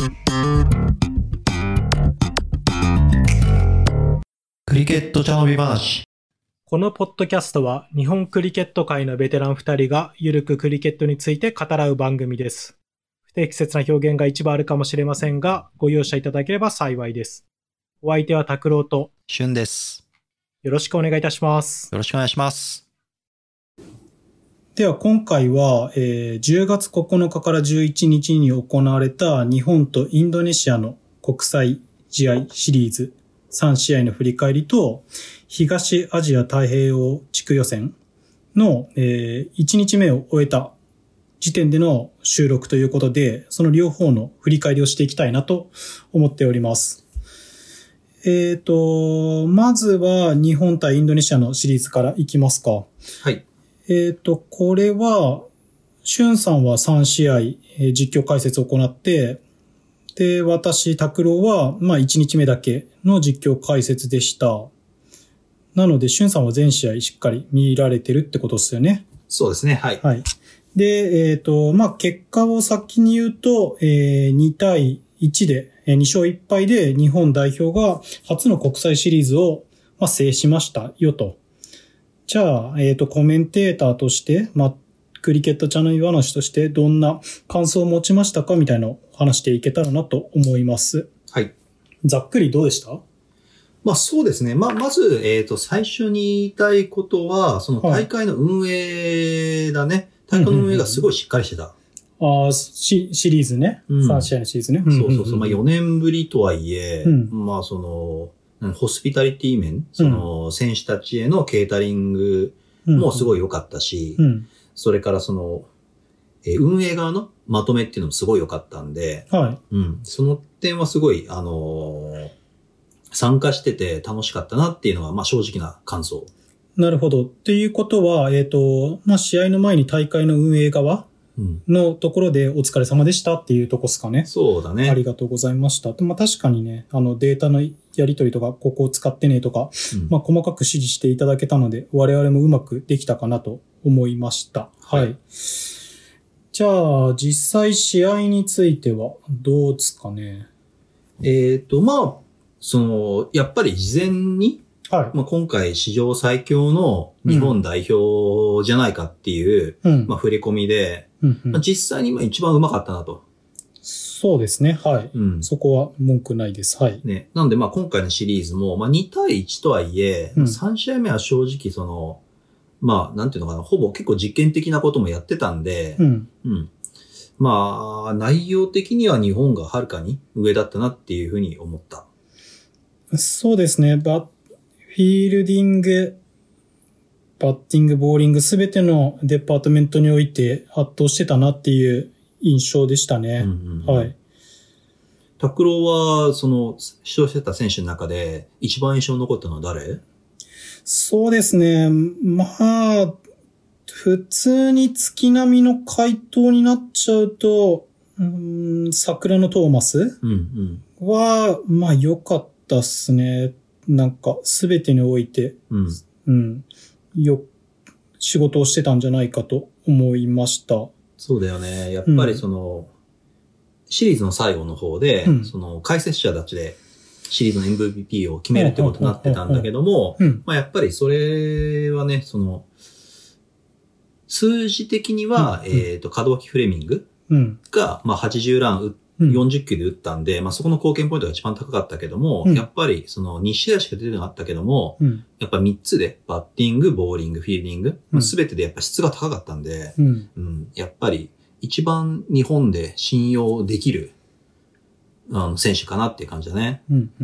クリケット茶飲み話。 このポッドキャストは日本クリケット界のベテラン2人がゆるくクリケットについて語らう番組です。不適切な表現が一部あるかもしれませんが、ご容赦いただければ幸いです。お相手は拓郎と俊です。 よろしくお願いいたします。 よろしくお願いします。 では今回は、10月9日から11日に行われた日本とインドネシアの国際試合シリーズ3試合の振り返りと、東アジア太平洋地区予選の、1日目を終えた時点での収録ということで、その両方の振り返りをしていきたいなと思っております。まずは日本対インドネシアのシリーズからいきますか。 はい。 これは、シュンさんは3試合、実況解説を行って、で、私、拓郎は、1日目だけの実況解説でした。なので、シュンさんは全試合しっかり見られてるってことですよね。 そうですね。はい。 はい。で、結果を先に言うと、2対1で、2勝1敗で日本代表が初の国際シリーズを、制しましたよと。じゃあ、コメンテーターとして、クリケット茶飲み話としてどんな感想を持ちましたかみたいなのを話していけたらなと思います。 はい。 ざっくりどうでした？ そうですね。まず、最初に言いたいことは、その大会の運営だね。大会の運営がすごいしっかりしてた。 シリーズね。3試合のシリーズね。 そう。4年ぶりとはいえ、ホスピタリティ面、選手たちへのケータリングもすごい良かったし、それから運営側のまとめっていうのもすごい良かったんで、その点はすごい、参加してて楽しかったなっていうのは、正直な感想。 なるほど。っていうことは、試合の前に大会の運営側のところでお疲れ様でしたっていうとこですかね。 そうだね。 ありがとうございました。確かにね、データのやり取りとか、ここを使ってねとか、細かく指示していただけたので、我々もうまくできたかなと思いました。はい。じゃあ、実際試合についてはどうですかね。 やっぱり事前に、今回史上最強の日本代表じゃないかっていう、触れ込みで、実際に一番うまかったなと。 そうですね。はい。そこは文句ないです。はい。 ね。なんで今回のシリーズも、2対1とはいえ、3試合目は正直なんていうのかな、ほぼ結構実験的なこともやってたんで、内容的には日本がはるかに上だったなっていうふうに思った。 そうですね。フィールディング、バッティング、ボーリング、すべてのデパートメントにおいて圧倒してたなっていう印象でしたね。はい。 拓郎は、出場してた選手の中で一番印象に残ったのは誰？ そうですね。普通に月並みの回答になっちゃうと、桜のトーマスは、良かったっすね。すべてにおいて、仕事をしてたんじゃないかと思いました。 そうだよね。やっぱりシリーズの最後の方で、解説者たちでシリーズの MVP を決めるってことになってたんだけども、やっぱりそれはね、数字的には、門脇フレミングが、80ラン40球で打ったんで、そこの貢献ポイントが一番高かったけども、やっぱり2試合しか出てなかったけども、やっぱ3つでバッティング、ボーリング、フィールディング、すべてでやっぱ質が高かったんで、やっぱり一番日本で信用できる選手かなっていう感じだね。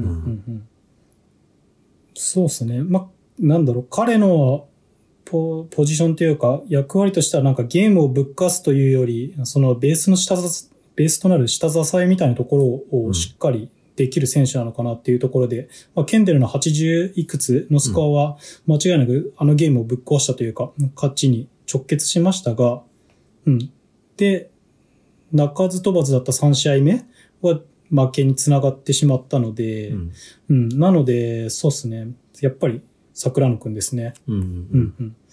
そうですね。彼のポジションというか役割としてはゲームをぶっかすというより、ベースとなる下支えみたいなところをしっかりできる選手なのかなっていうところで、ケンデルの80いくつのスコアは間違いなくゲームをぶっ壊したというか、勝ちに直結しましたが、で、鳴かず飛ばずだった3試合目は負けにつながってしまったので、なので、そうですね。やっぱり桜野くんですね。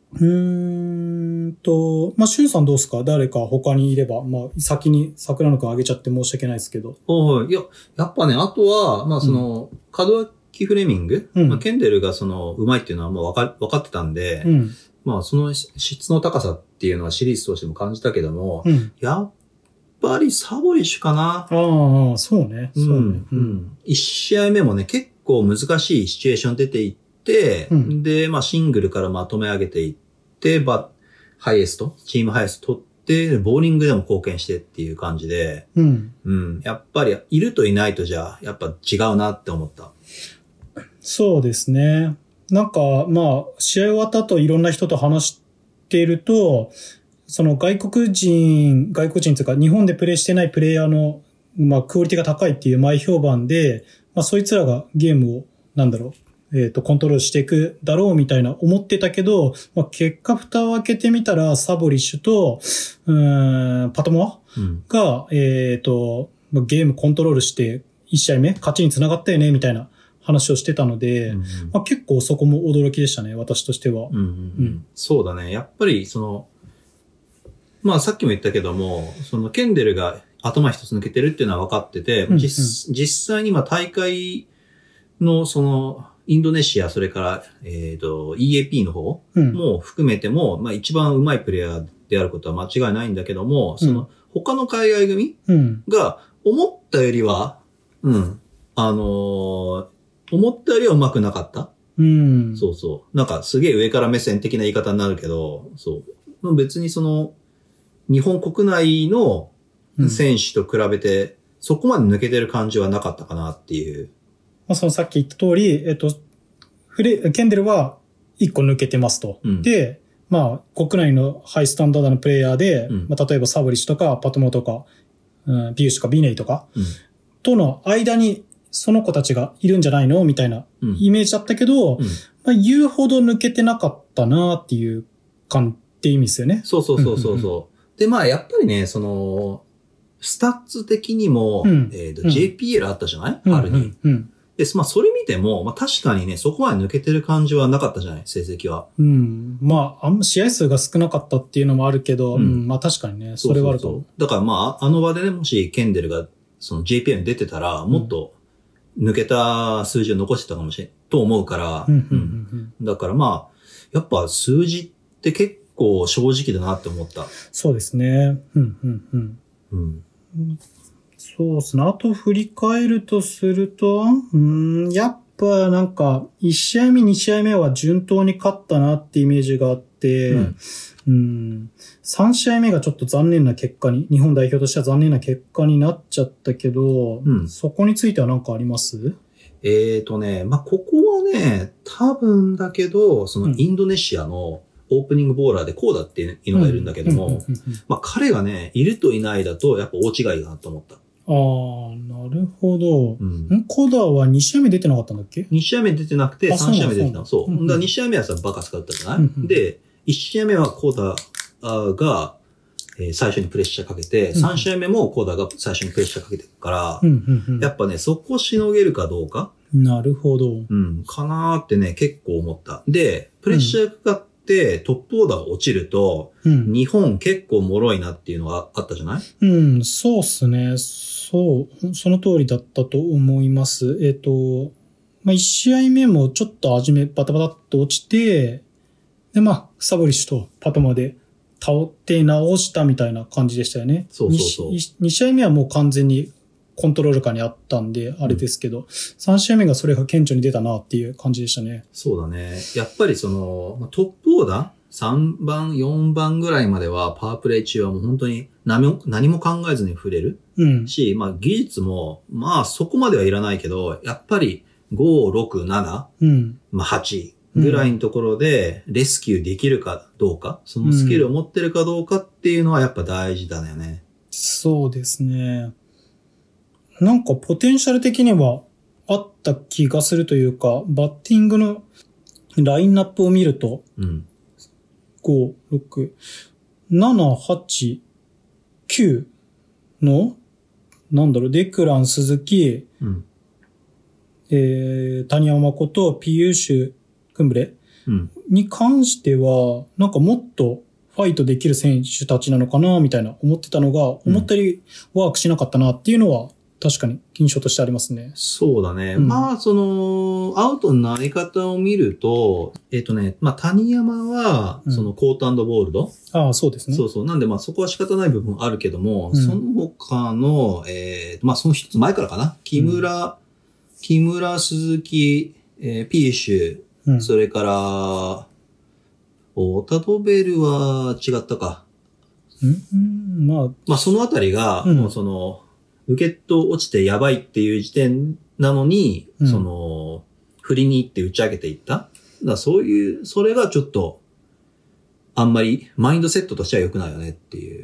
まあ、シュンさんどうですか？誰か他にいれば、まあ、先に桜野くんあげちゃって申し訳ないですけど。 いや、やっぱね、あとは、まあ門脇フレミング、まあ、ケンデルが上手いっていうのはもう分かってたんで、まあ、その質の高さっていうのはシリーズとしても感じたけども、やっぱりサボリッシュかな。 ああ、そうね。そうね。 1試合目もね、結構難しいシチュエーション出ていって、で、まあ、シングルからまとめ上げていって、チームハイエスト取って、ボーリングでも貢献してっていう感じで、やっぱりいるといないとじゃ、やっぱ違うなって思った。 そうですね。なんか、まあ、試合終わった後いろんな人と話していると、その外国人というか日本でプレイしてないプレイヤーの、まあ、クオリティが高いっていう前評判で、まあ、そいつらがゲームを、コントロールしていくだろうみたいな思ってたけど、まあ、結果蓋を開けてみたら、サボリッシュと、パトモアが、ゲームコントロールして1試合目勝ちにつながったよね、みたいな話をしてたので、まあ、結構そこも驚きでしたね、私としては。 そうだね。やっぱりまあさっきも言ったけども、ケンデルが頭一つ抜けてるっていうのは分かってて、実際に大会のインドネシア、それから、EAP の方も含めても、まあ一番上手いプレイヤーであることは間違いないんだけども、他の海外組が思ったよりは、思ったよりは上手くなかった。そうそう。なんかすげえ上から目線的な言い方になるけど、そう。別に日本国内の選手と比べて、そこまで抜けてる感じはなかったかなっていう。 まあ、さっき言った通り、ケンデルは1個抜けてますと。で、まあ、国内のハイスタンダードのプレイヤーで、まあ、例えばサボリッシュとか、パトモとか、ビューシュとかビネイとか、との間にその子たちがいるんじゃないのみたいなイメージだったけど、まあ、言うほど抜けてなかったなっていうって意味ですよね。 そう。で、まあ、やっぱりね、スタッツ的にも、JPL あったじゃない春に。で、まあ、それ見ても、まあ、確かにね、そこまで抜けてる感じはなかったじゃない成績は。 まあ、試合数が少なかったっていうのもあるけど、まあ、確かにね、それはあると思う。 だからまあ、あの場でね、もし、ケンデルが、JPL に出てたら、もっと、抜けた数字を残してたかもしれん、と思うから、だからまあ、やっぱ数字って結構正直だなって思った。 そうですね。そうですね。あと振り返るとすると、やっぱなんか、1試合目、2試合目は順当に勝ったなってイメージがあって、3試合目がちょっと残念な結果に、日本代表としては残念な結果になっちゃったけど、そこについては何かあります？ まあ、ここはね、多分だけど、インドネシアのオープニングボーラーでコーダっていうのがいるんだけども、まあ、彼がね、いるといないだと、やっぱ大違いだなと思った。 ああ、なるほど。コダは2試合目出てなかったんだっけ？ 2 試合目出てなくて、3試合目出てたの。そう。だから2試合目はさ、バカ使ったじゃない？で、1試合目はコダが、最初にプレッシャーかけて、3試合目もコダが最初にプレッシャーかけてるから、やっぱね、そこをしのげるかどうか。 なるほど。 かなーってね、結構思った。で、プレッシャーかかって、トップオーダーが落ちると、日本結構脆いなっていうのがあったじゃない？ そうっすね。その通りだったと思います。まあ、1試合目もちょっと初めバタバタっと落ちて、で、まあ、サボリッシュとパトマで倒って直したみたいな感じでしたよね。 そう。 2試合目はもう完全にコントロール下にあったんで、あれですけど、3試合目がそれが顕著に出たなっていう感じでしたね。 そうだね。やっぱりトップオーダー3番、4番ぐらいまではパワープレイ中はもう本当に何も考えずに触れる。し、まあ技術も、まあそこまではいらないけど、やっぱり5、6、7、まあ8ぐらいのところでレスキューできるかどうか、そのスキルを持ってるかどうかっていうのはやっぱ大事だよね。 そうですね。なんかポテンシャル的にはあった気がするというか、バッティングのラインナップを見ると、5、6、7、8、9の、デクラン、鈴木、谷山誠、ピユーシュ、クンブレに関しては、なんかもっとファイトできる選手たちなのかな、みたいな思ってたのが、思ったよりワークしなかったなっていうのは、確かに印象としてありますね。 そうだね。まあ、アウトのなり方を見ると、まあ、谷山は、コート&ボールド。 ああ、そうですね。 そうそう。なんで、まあ、そこは仕方ない部分あるけども、その他の、まあ、その一つ前からかな。木村、鈴木、ピーシュ、それから、タドベルは違ったか。まあ、そのあたりが、もうウケット落ちてやばいっていう時点なのに、振りに行って打ち上げていった。だからそういう、それがちょっと、あんまりマインドセットとしては良くないよねっていう。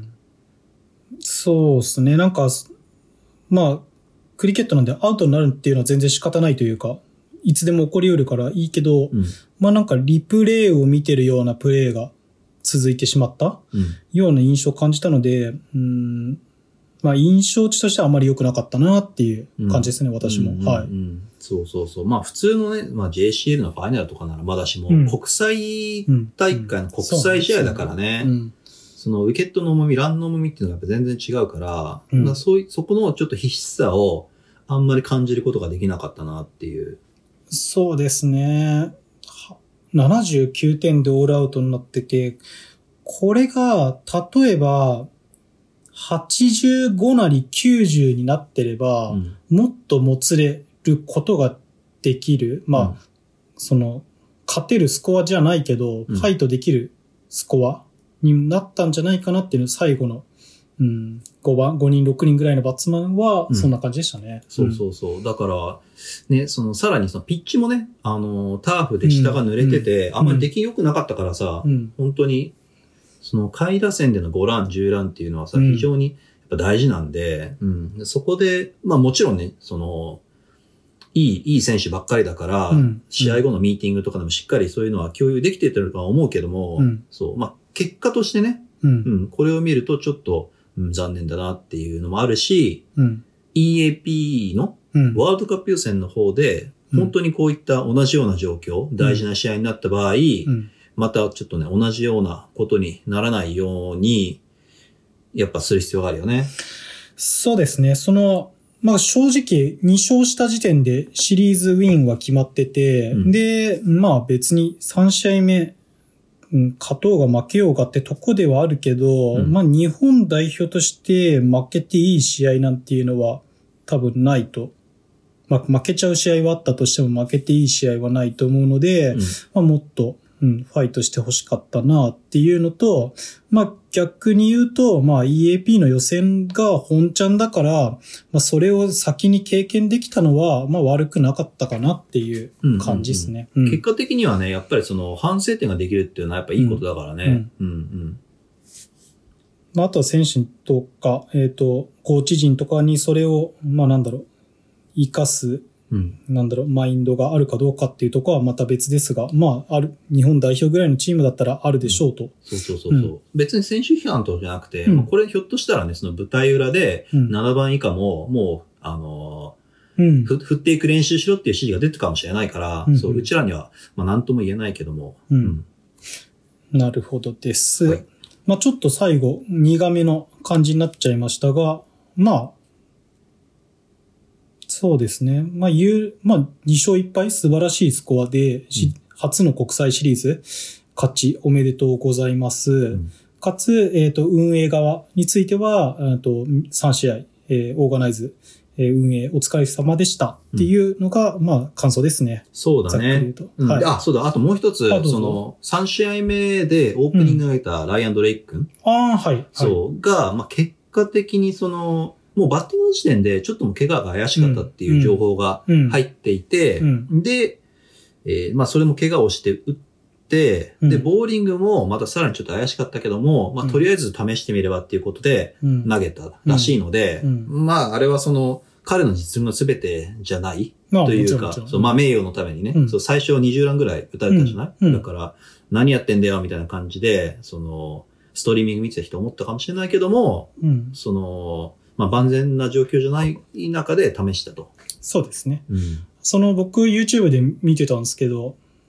そうですね。なんか、まあ、クリケットなんでアウトになるっていうのは全然仕方ないというか、いつでも起こり得るからいいけど、まあなんかリプレイを見てるようなプレイが続いてしまったような印象を感じたので、まあ印象値としてはあまり良くなかったなっていう感じですね、私も。はい。 そうそうそう。まあ普通のね、まあ JCL のファイナルとかならまだしも、国際大会の国際試合だからね、そのウィケットの重み、ランの重みっていうのがやっぱ全然違うから、そこのちょっと必死さをあんまり感じることができなかったなっていう。 そうですね。79点でオールアウトになってて、これが、例えば、85なり90になってれば、もっともつれることができる。まあ、勝てるスコアじゃないけど、ファイトできるスコアになったんじゃないかなっていうの最後の、5人、6人ぐらいのバッツマンは、そんな感じでしたね。 そうそうそう。だから、ね、さらにピッチもね、ターフで下が濡れてて、あんまり出来良くなかったからさ、本当に、下位打線での5ラン、10ランっていうのはさ、非常にやっぱ大事なんで、そこで、まあもちろんね、いい選手ばっかりだから、試合後のミーティングとかでもしっかりそういうのは共有できてるとは思うけども、そう、まあ結果としてね、これを見るとちょっと、残念だなっていうのもあるし、EAP のワールドカップ予選の方で、本当にこういった同じような状況、大事な試合になった場合、またちょっとね、同じようなことにならないように、やっぱする必要があるよね。 そうですね。まあ正直2勝した時点でシリーズウィンは決まってて、で、まあ別に3試合目、勝とうが負けようがってとこではあるけど、まあ日本代表として負けていい試合なんていうのは多分ないと。まあ負けちゃう試合はあったとしても負けていい試合はないと思うので、まあもっと、ファイトしてほしかったなっていうのと、まあ逆に言うと、まあ EAP の予選が本ちゃんだから、まあそれを先に経験できたのは、まあ悪くなかったかなっていう感じですね。 結果的にはね、やっぱり反省点ができるっていうのはやっぱいいことだからね。 まああとは選手とか、コーチ陣とかにそれを、まあ活かす、マインドがあるかどうかっていうところはまた別ですが、まあ、日本代表ぐらいのチームだったらあるでしょうと。 そう。別に選手批判とかじゃなくて、これひょっとしたらね、その舞台裏で7番以下も、もう、振っていく練習しろっていう指示が出てるかもしれないから、そう、うちらには、まあ何とも言えないけども。 なるほどです。まあちょっと最後、苦めの感じになっちゃいましたが、まあ、そうですね。まあ2勝1敗素晴らしいスコアで、初の国際シリーズ勝ちおめでとうございます。かつ、運営側については、3試合、オーガナイズ、運営お疲れ様でしたっていうのが、まあ感想ですね。 そうだね。そうだ。あともう一つ、3試合目でオープニングがいたライアン・ドレイク君。そう、が、まあ結果的にもうバッティングの時点でちょっとも怪我が怪しかったっていう情報が入っていて、で、まあそれも怪我をして打って、で、ボーリングもまたさらにちょっと怪しかったけども、まあとりあえず試してみればっていうことで投げたらしいので、まああれは彼の実力の全てじゃないというか、まあ名誉のためにね、最初20ランぐらい打たれたじゃない、だから何やってんだよみたいな感じで、ストリーミング見てた人思ったかもしれないけども、まあ万全な状況じゃない中で試したと。 そうですね。僕 YouTube で見てたんですけど、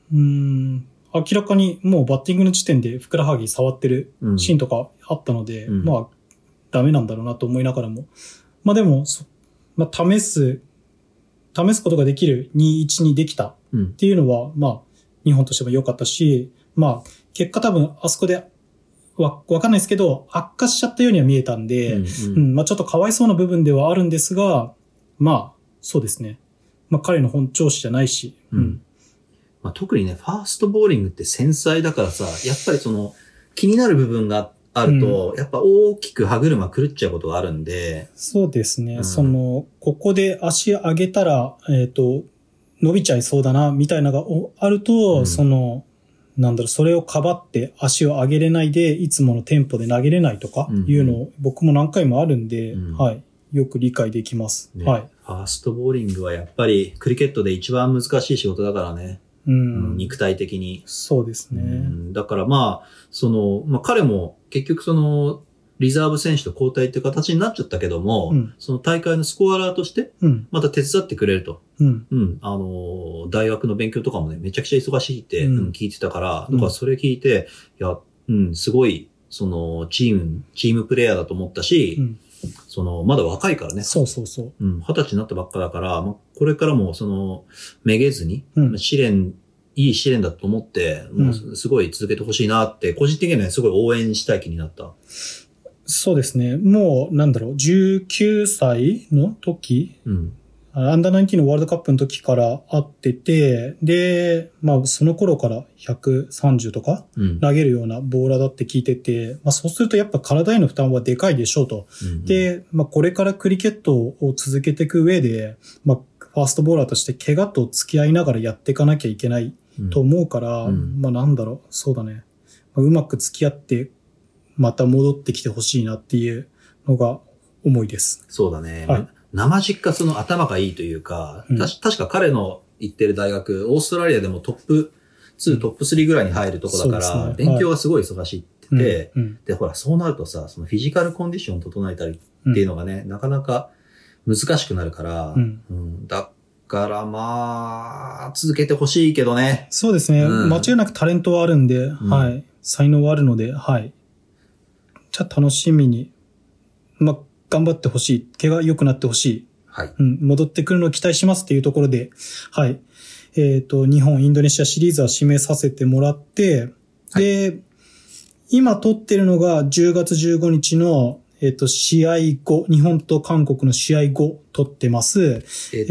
明らかにもうバッティングの時点でふくらはぎ触ってるシーンとかあったので、まあ、ダメなんだろうなと思いながらも。まあでも、試すことができる2-1にできたっていうのは、まあ、日本としても良かったし、まあ、結果多分、あそこで、わかんないですけど、悪化しちゃったようには見えたんで、まあちょっとかわいそうな部分ではあるんですが、まあ、そうですね。まあ彼の本調子じゃないし、 まあ、特にね、ファーストボーリングって繊細だからさ、やっぱり気になる部分があると、やっぱ大きく歯車狂っちゃうことがあるんで。 そうですね。ここで足上げたら、伸びちゃいそうだな、みたいなのがあると、それをかばって足を上げれないで、いつものテンポで投げれないとかいうのを僕も何回もあるんで、はい。よく理解できます。 ね、 はい。 ファーストボーリングはやっぱりクリケットで一番難しい仕事だからね。肉体的に。 そうですね。 だからまあ、彼も結局リザーブ選手と交代っていう形になっちゃったけども、その大会のスコアラーとして、また手伝ってくれると。大学の勉強とかもね、めちゃくちゃ忙しいって聞いてたから、だからそれ聞いて、いや、すごい、チームプレイヤーだと思ったし、まだ若いからね。 そう。 20歳になったばっかだから、これからもめげずに、いい試練だと思って、もうすごい続けてほしいなって、個人的にはね、すごい応援したい気になった。 そうですね。もう、19歳の時、アンダー19のワールドカップの時から会ってて、で、まあ、その頃から130とか投げるようなボーラーだって聞いてて、まあ、そうするとやっぱ体への負担はでかいでしょうと。で、まあ、これからクリケットを続けていく上で、まあ、ファーストボーラーとして怪我と付き合いながらやっていかなきゃいけないと思うから、まあ、そうだね。まあ、うまく付き合って、また戻ってきてほしいなっていうのが思いです。 そうだね。 はい。 生実家頭がいいというか、確か彼の行ってる大学、オーストラリアでもトップ2、トップ3ぐらいに入るとこだから、勉強はすごい忙しいってて、で、ほら、そうなるとさ、フィジカルコンディションを整えたりっていうのがね、なかなか難しくなるから、だからまあ、続けてほしいけどね。 そうですね。間違いなくタレントはあるんで、はい。才能はあるので、はい。じゃあ楽しみに、まあ、頑張ってほしい。怪我良くなってほしい。 はい。 戻ってくるのを期待しますっていうところで、はい。日本、インドネシアシリーズは指名させてもらって、はい、で、今撮ってるのが10月15日の、試合後、日本と韓国の試合後撮ってます。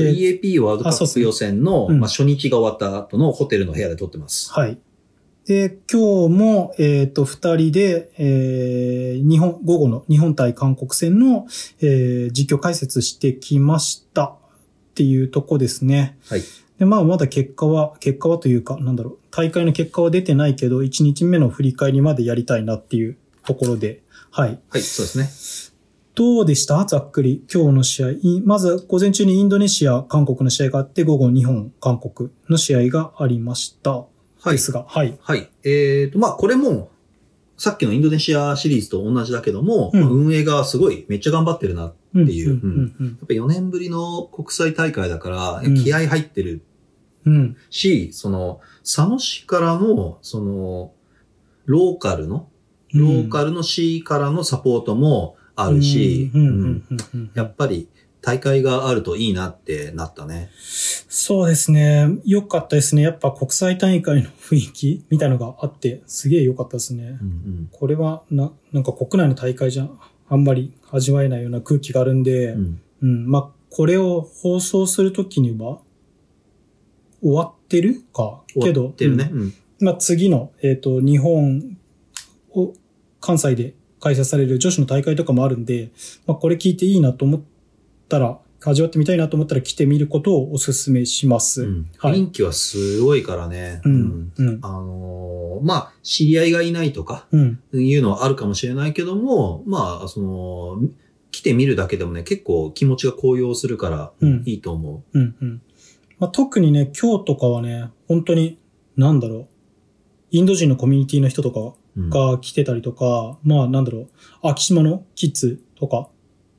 EAP ワールドカップ予選の、まあ、初日が終わった後のホテルの部屋で撮ってます。 はい。で、今日も、二人で、午後の日本対韓国戦の、実況解説してきましたっていうとこですね。 はい。 で、まあ、まだ結果はというか、大会の結果は出てないけど、1日目の振り返りまでやりたいなっていうところで、はい。 はい、そうですね。 どうでしたざっくり、今日の試合。まず、午前中にインドネシア、韓国の試合があって、午後日本、韓国の試合がありました。ですが、はい。 はい。まあ、これも、さっきのインドネシアシリーズと同じだけども、運営がすごいめっちゃ頑張ってるなっていう。やっぱ4年ぶりの国際大会だから、気合入ってる。し、佐野市からの、ローカルの市からのサポートもあるし、やっぱり大会があるといいなってなったね。 そうですね。良かったですね。やっぱ国際大会の雰囲気みたいなのがあって、すげえ良かったですね。これはなんか国内の大会じゃあんまり味わえないような空気があるんで、まあ、これを放送するときには終わってるか。けど、 終わってるね。 まあ、次の、日本を関西で開催される女子の大会とかもあるんで、まあ、これ聞いていいなと思ったら、味わってみたいなと思ったら来てみることをお勧めします。 雰囲気はすごいからね。まあ、知り合いがいないとか、いうのはあるかもしれないけども、まあ、来てみるだけでもね、結構気持ちが高揚するから、いいと思う。 まあ、特にね、今日とかはね、本当に、インド人のコミュニティの人とかが来てたりとか、まあ、昭島のキッズとか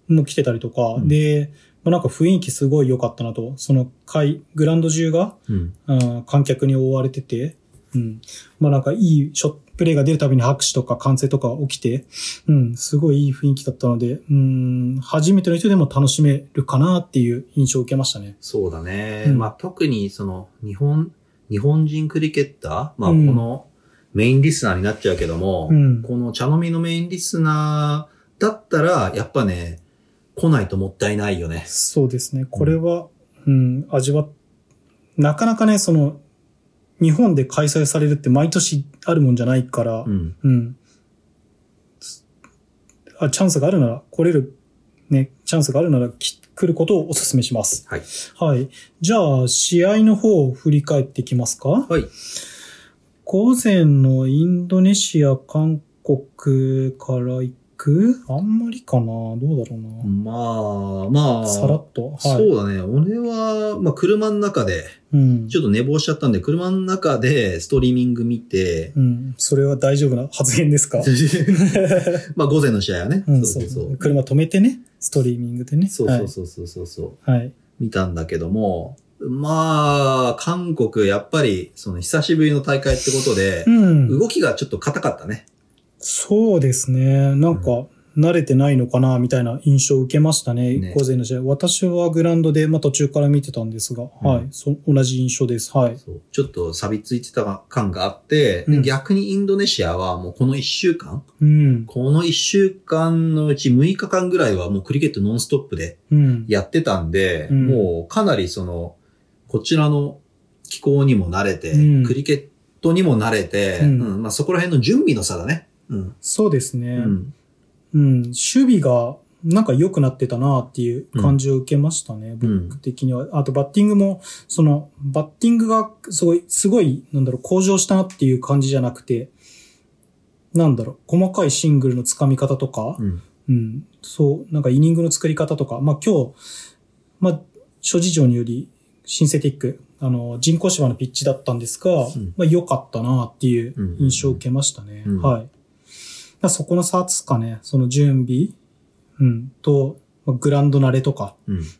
も来てたりとか、で、なんか雰囲気すごい良かったなと、そのグラウンド中が、観客に覆われてて、なんかいいプレーが出るたびに拍手とか歓声とか起きて、すごいいい雰囲気だったので、初めての人でも楽しめるかなっていう印象を受けましたね。 そうだね。特にその日本人クリケッター、このメインリスナーになっちゃうけども、この茶飲みのメインリスナーだったら、やっぱね、来ないともったいないよね。 そうですね。これは、なかなかね、日本で開催されるって毎年あるもんじゃないから、チャンスがあるなら、チャンスがあるなら来ることをお勧めします。 はい。 はい。じゃあ、試合の方を振り返っていきますか？ はい。 午前のインドネシア、韓国から行く？あんまりかな？どうだろうな。さらっと。はい。 そうだね。俺は、車の中で、ちょっと寝坊しちゃったんで、車の中でストリーミング見て。 それは大丈夫な発言ですか？ 午前の試合はね。 そう。車止めてね、ストリーミングでね。 そう。はい。見たんだけども、韓国、やっぱり、久しぶりの大会ってことで、動きがちょっと硬かったね。 そうですね。なんか、慣れてないのかな、みたいな印象を受けましたね。午前の試合。私はグラウンドで、途中から見てたんですが、はい。同じ印象です。はい。 ちょっと錆びついてた感があって、逆にインドネシアはもうこの1週間、この1週間のうち6日間ぐらいはもうクリケットノンストップでやってたんで、もうかなりこちらの気候にも慣れて、クリケットにも慣れて、そこら辺の準備の差だね。 そうですね。守備がなんか良くなってたなっていう感じを受けましたね、僕的には。あとバッティングも、バッティングがすごい、向上したなっていう感じじゃなくて、細かいシングルの掴み方とか、なんかイニングの作り方とか、今日、諸事情によりシンセティック、人工芝のピッチだったんですが、良かったなっていう印象を受けましたね。はい。そこの差つかね、準備、と、グラウンド慣れとか、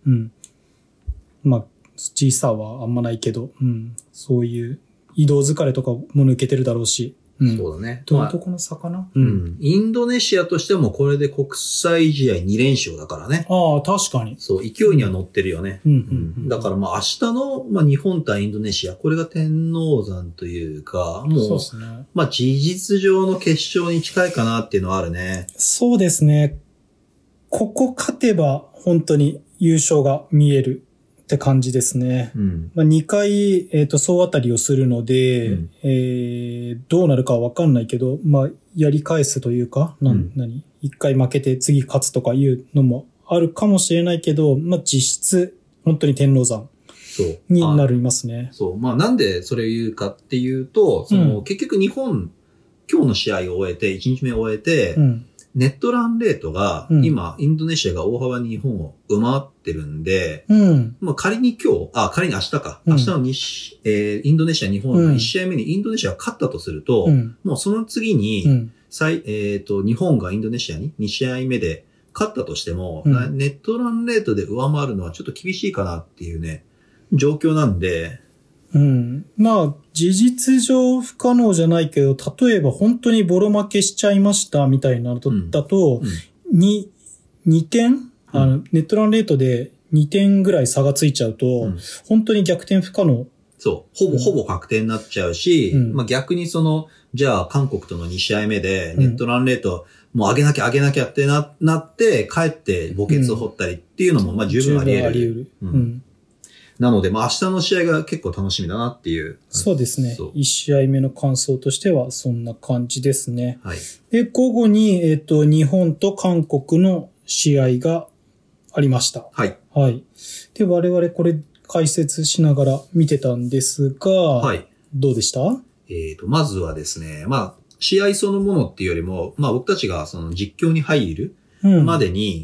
時差はあんまないけど、そういう移動疲れとかも抜けてるだろうし、 そうだね。 どこの差かな？ インドネシアとしてもこれで国際試合2連勝だからね。 ああ、確かに。 そう、勢いには乗ってるよね。だから明日の、日本対インドネシア、これが天王山というか、もう、 そうですね。 事実上の決勝に近いかなっていうのはあるね。 そうですね。ここ勝てば本当に優勝が見えるって感じですね。2回、総当たりをするので、どうなるかはわかんないけど、やり返すというか、1回負けて次勝つとかいうのもあるかもしれないけど、実質、本当に天王山になりますね。 そう。なんでそれを言うかっていうと、結局今日の試合を終えて、1日目を終えて、ネットランレートが、今、インドネシアが大幅に日本を上回ってるんで、仮に明日か。明日のインドネシア、日本の1試合目にインドネシアが勝ったとすると、もうその次に、日本がインドネシアに2試合目で勝ったとしても、ネットランレートで上回るのはちょっと厳しいかなっていうね、状況なんで、 事実上不可能じゃないけど、例えば本当にボロ負けしちゃいましたみたいなのだと、2点、ネットランレートで2点ぐらい差がついちゃうと、本当に逆転不可能。 そう。ほぼ確定になっちゃうし、逆にじゃあ韓国との2試合目でネットランレート、もう上げなきゃってなって、帰って墓穴を掘ったりっていうのも十分あり得る。なので、明日の試合が結構楽しみだなっていう。 そうですね。1試合目の感想としてはそんな感じですね。 はい。 で、午後に、日本と韓国の試合がありました。 はい。 はい。で、我々これ解説しながら見てたんですが、はい。どうでした？ まずはですね、試合そのものっていうよりも、僕たちが実況に入るまでに、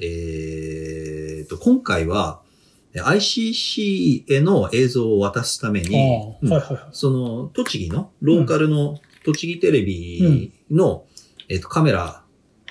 今回は、ICC への映像を渡すために、栃木のローカルの栃木テレビの、カメラ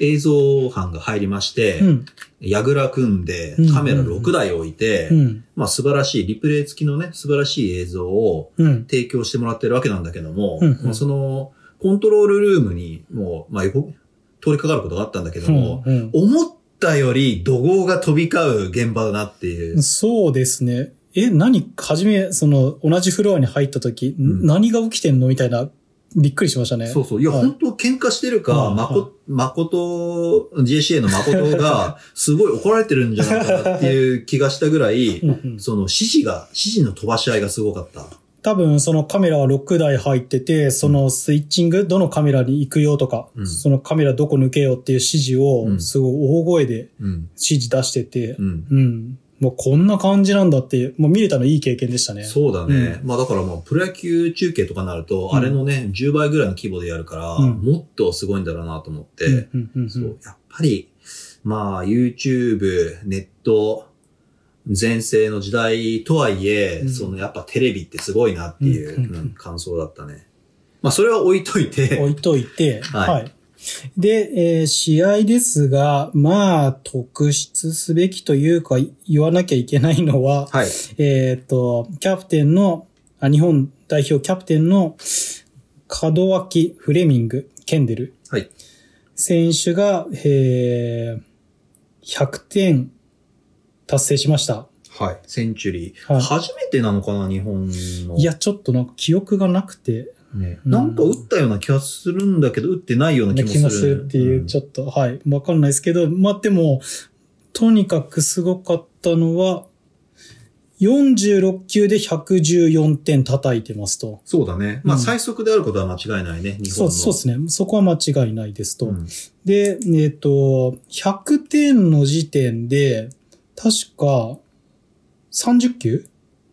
映像班が入りまして、矢倉組んで、カメラ6台置いて、まあ素晴らしい、リプレイ付きのね、素晴らしい映像を提供してもらってるわけなんだけども、まあその、コントロールルームにもう、まあ通りかかることがあったんだけども、思ったより怒号が飛び交う現場だなっていう。 そうですね。初め、同じフロアに入った時、何が起きてんのみたいな、びっくりしましたね。 そうそう。いや、本当喧嘩してるか、JCA の誠が、すごい怒られてるんじゃないかなっていう気がしたぐらい、指示の飛ばし合いがすごかった。 多分、そのカメラは6台入ってて、そのスイッチング、どのカメラに行くよとか、そのカメラどこ抜けよっていう指示を、すごい大声で指示出してて、もうこんな感じなんだって、もう見れたのいい経験でしたね。 そうだね。まあだからプロ野球中継とかになると、あれのね、10倍ぐらいの規模でやるから、もっとすごいんだろうなと思って、そう、やっぱり、まあ YouTube、ネット、全盛の時代とはいえ、やっぱテレビってすごいなっていう感想だったね。まあそれは置いといて。 はい。で、試合ですが、まあ、特筆すべきというか、言わなきゃいけないのは、 はい、 キャプテンの、日本代表キャプテンの、門脇フレミング、ケンデル。 はい。 選手が、100点達成しました。 はい。センチュリー。はい、初めてなのかな、日本の。 いや、ちょっとなんか記憶がなくて。 ね、なんか打ったような気がするんだけど、打ってないような気もする。 っていう、ちょっと、はい。わかんないですけど、まあ、でも、とにかくすごかったのは、46球で114点叩いてますと。 そうだね。まあ、最速であることは間違いないね、日本の。 そうですね。そこは間違いないですと。で、100点の時点で、確か、30球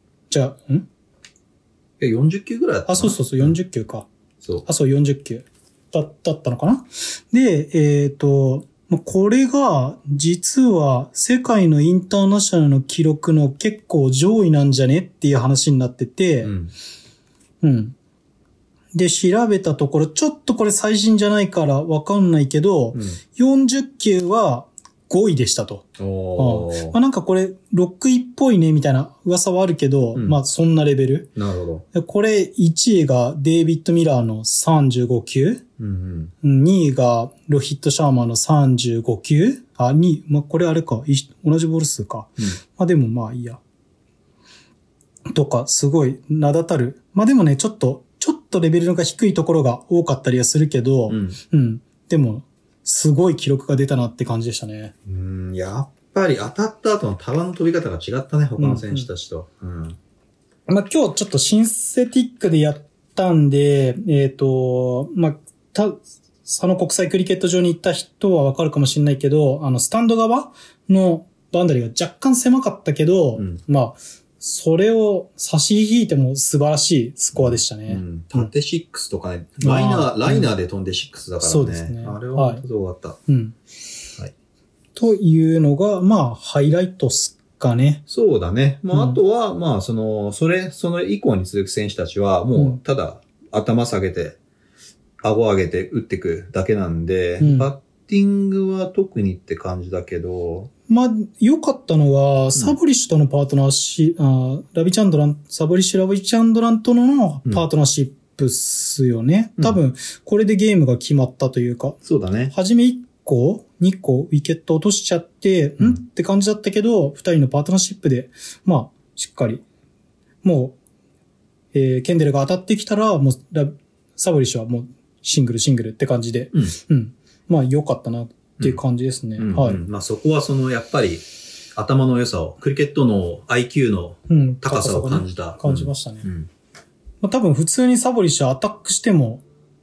40球ぐらいだったかな。 そう、40球か。 そう。 40球だったのかな。で、これが、実は、世界のインターナショナルの記録の結構上位なんじゃねっていう話になってて、で、調べたところ、ちょっとこれ最新じゃないからわかんないけど、40球は5位でしたと。まあ、なんかこれ、6位っぽいねみたいな噂はあるけど、まあそんなレベル。 なるほど。これ、1位がデイビッド・ミラーの35球。2位がロヒット・シャーマーの35球。2位。まあこれあれか。同じボール数か。まあでもまあいいや。とか、すごい名だたる。まあでもね、ちょっとレベルが低いところが多かったりはするけど、でも、すごい記録が出たなって感じでしたね。 やっぱり当たった後の球の飛び方が違ったね、他の選手たちと。 まあ今日ちょっとシンセティックでやったんで、まあ、佐野国際クリケット場に行った人はわかるかもしれないけど、スタンド側のバウンダリーが若干狭かったけど、まあ、それを差し引いても素晴らしいスコアでしたね。 縦6とかね、ライナーで飛んで6だからね。 そうですね。 あれは本当すごかった。 はい。というのが、まあ、ハイライトっすかね。 そうだね。まあ、あとは、まあ、その以降に続く選手たちは、もう、ただ、頭下げて、顎上げて打っていくだけなんで、バッティングは特にって感じだけど、 まあ、良かったのは、サブリッシュとのパートナーサブリッシュ・ラビチャンドランとのパートナーシップっすよね。多分、これでゲームが決まったというか。 そうだね。 初め1個、2個、ウィケット落としちゃって、って感じだったけど、2人のパートナーシップで、まあ、しっかり、もう、ケンデルが当たってきたら、もう、サブリッシュはもう、シングルって感じで、まあ、良かったな。っていう感じですね。はい。 まあそこはやっぱり頭の良さを、クリケットの IQ の高さを感じた。 感じましたね。まあ多分普通にサボリッシュアタックしても、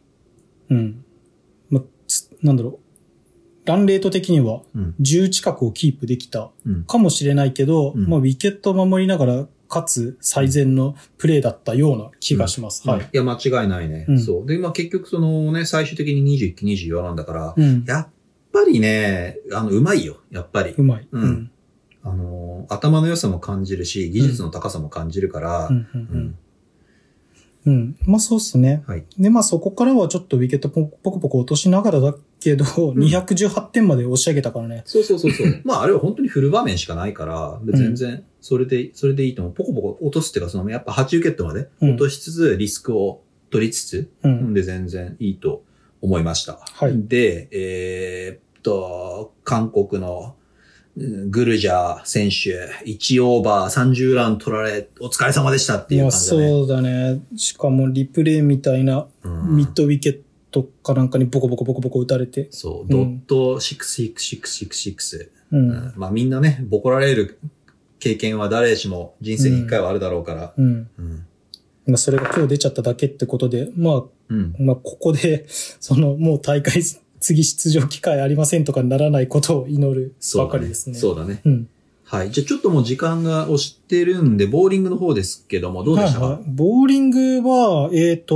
まあ、なんだろう。ランレート的には10近くをキープできたかもしれないけど、まあウィケットを守りながら、かつ最善のプレーだったような気がします。はい。 いや、間違いないね。そう。で、まあ結局最終的に21期24なんだから、やっぱりね、うまいよ。やっぱり。 うまい。 頭の良さも感じるし、技術の高さも感じるから、 まあそうっすね。 はい。 で、まあそこからはちょっとウィケットポコポコ落としながらだけど、218点まで押し上げたからね。 そう。まあ、あれは本当にフル場面しかないから、全然、それでいいと思う。ポコポコ落とすっていうか、やっぱ8ウィケットまで落としつつ、リスクを取りつつ、で、全然いいと思いました。 はい。 で、韓国のグルジャー選手、1オーバー30ラウンド取られ、お疲れ様でしたっていう感じだね。 そうだね。しかもリプレイみたいな、ミッドウィケットかなんかにボコボコ打たれて。 そう、ドット666666。まあみんなね、ボコられる経験は誰しも人生に一回はあるだろうから。 まあそれが今日出ちゃっただけってことで、まあここで、もう大会、次出場機会ありませんとかならないことを祈るばかりですね。 そうだね。はい。じゃあちょっともう時間が押してるんで、ボーリングの方ですけども、どうでしたか？ ボーリングは、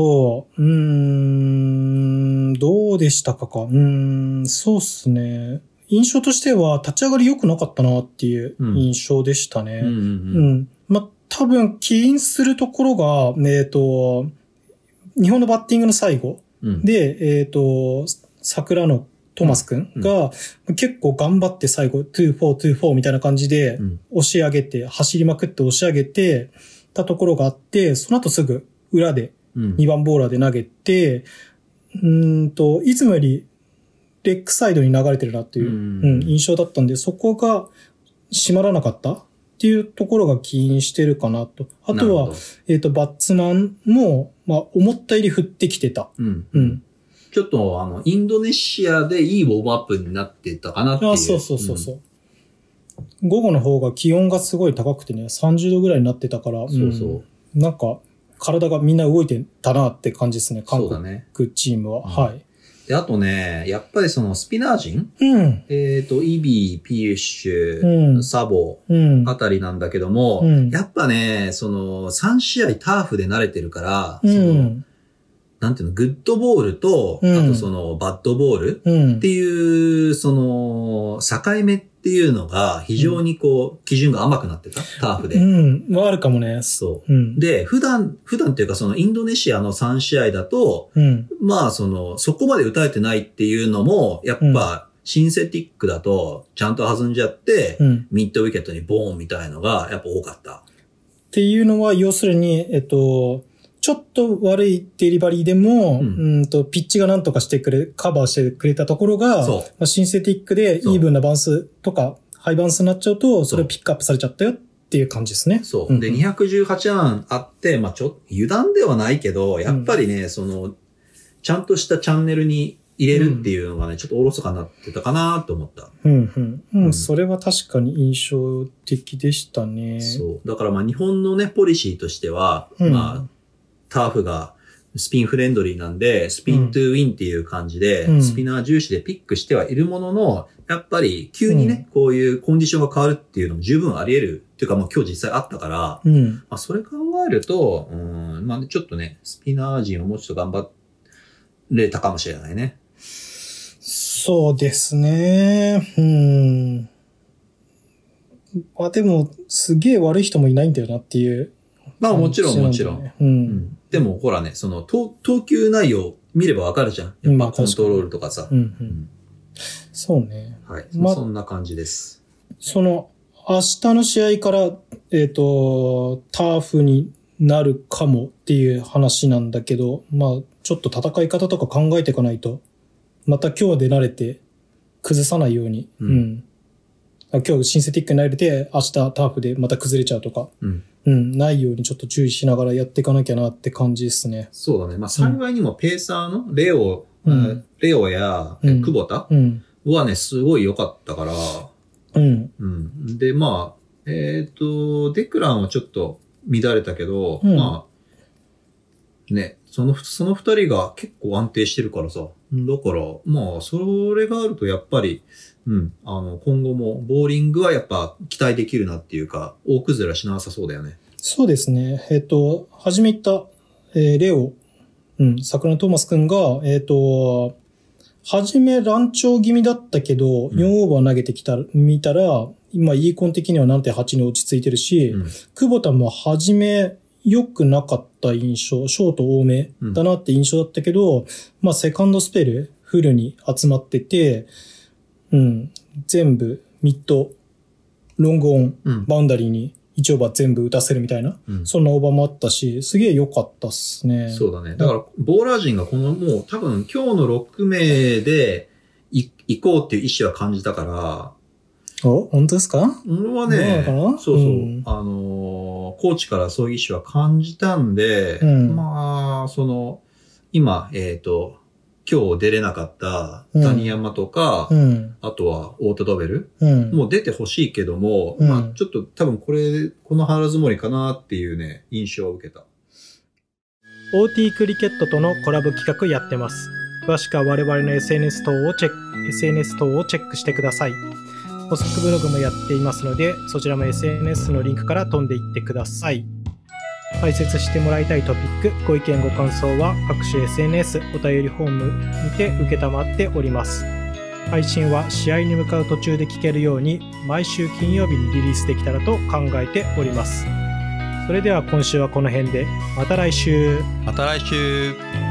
どうでしたか？そうっすね。印象としては、立ち上がり良くなかったなっていう印象でしたね。まあ、多分、起因するところが、日本のバッティングの最後で、桜のトーマス君が結構頑張って最後2-4みたいな感じで押し上げて、走りまくって押し上げてたところがあって、その後すぐ裏で2番ボーラーで投げて、いつもよりレッグサイドに流れてるなっていう印象だったんで、そこが締まらなかったっていうところが起因してるかなと。あとは、バッツマンも、まあ、思ったより振ってきてた。 ちょっとインドネシアでいいウォームアップになってたかなっていう。 そう。午後の方が気温がすごい高くてね、30度ぐらいになってたから、なんか、体がみんな動いてたなって感じですね、韓国チームは。はい。 で、あとね、やっぱりスピナー陣イビー、ピーッシュ、サボ、あたりなんだけども、やっぱね、3試合ターフで慣れてるから、なんていうの、グッドボールと、あとバッドボールっていう、境目っていうのが非常に基準が甘くなってた、ターフで。 あるかもね。 そう。で、普段っていうかインドネシアの3試合だと、まあそこまで打たれてないっていうのも、やっぱ、シンセティックだと、ちゃんと弾んじゃって、ミッドウィケットにボーンみたいのが、やっぱ多かった。 っていうのは、要するに、ちょっと悪いデリバリーでも、ピッチがなんとかカバーしてくれたところが、まあ、シンセティックでイーブンなバウンスとか、ハイバウンスになっちゃうと、それをピックアップされちゃったよっていう感じですね。 そう。で、218ランあって、まあ油断ではないけど、やっぱりね、ちゃんとしたチャンネルに入れるっていうのがね、ちょっとおろそかになってたかなと思った。 それは確かに印象的でしたね。 そう。だからまあ日本のね、ポリシーとしては、まあ、ターフがスピンフレンドリーなんで、スピントゥーウィンっていう感じで、スピナー重視でピックしてはいるものの、やっぱり急にね、こういうコンディションが変わるっていうのも十分あり得る。っていうかもう今日実際あったから、まあそれ考えると、まあちょっとね、スピナー陣をもうちょっと頑張れたかもしれないね。 そうですね。まあでも、すげえ悪い人もいないんだよなっていう。 まあもちろん。でもほらね、投球内容見ればわかるじゃん。やっぱコントロールとかさ。 そうね。 はい。まあ、そんな感じです。 明日の試合から、ターフになるかもっていう話なんだけど、まあ、ちょっと戦い方とか考えていかないと、また今日で慣れて崩さないように。今日シンセティックに慣れて、明日ターフでまた崩れちゃうとか。ないようにちょっと注意しながらやっていかなきゃなって感じですね。 そうだね。まあ、幸いにもペーサーのレオや久保田はね、すごい良かったから。で、まあ、デクランはちょっと乱れたけど、まあ、ね、その二人が結構安定してるからさ。だから、まあ、それがあるとやっぱり、今後もボーリングはやっぱ期待できるなっていうか、大崩れはしなさそうだよね。 そうですね。初め言った、レオ、桜のトーマスくんが、初め乱調気味だったけど、4オーバー投げて見たら、今、イーコン的には 7.8 に落ち着いてるし、久保田も初め良くなかった印象、ショート多めだなって印象だったけど、まあ、セカンドスペル、 フルに集まってて、全部ミッド、ロングオン、バウンダリーに1オーバー全部打たせるみたいな、そんなオーバーもあったし、すげえ良かったっすね。 そうだね。だから、ボーラー陣がこのもう多分今日の6名で行こうっていう意思は感じたから、 本当ですか？ 俺はね、そう、コーチからそういう意思は感じたんで、まあ、今、今日出れなかった谷山とか、あとは太田ドベル、もう出てほしいけども、まあちょっと多分この腹積もりかなっていうね、印象を受けた。 OT クリケットとのコラボ企画やってます。詳しくは我々の SNS 等をチェックしてください。補足ブログもやっていますので、そちらも SNS のリンクから飛んでいってください。解説してもらいたいトピック、ご意見ご感想は各種 SNS お便りフォームにて受けたまっております。配信は試合に向かう途中で聞けるように毎週金曜日にリリースできたらと考えております。それでは今週はこの辺で、また来週。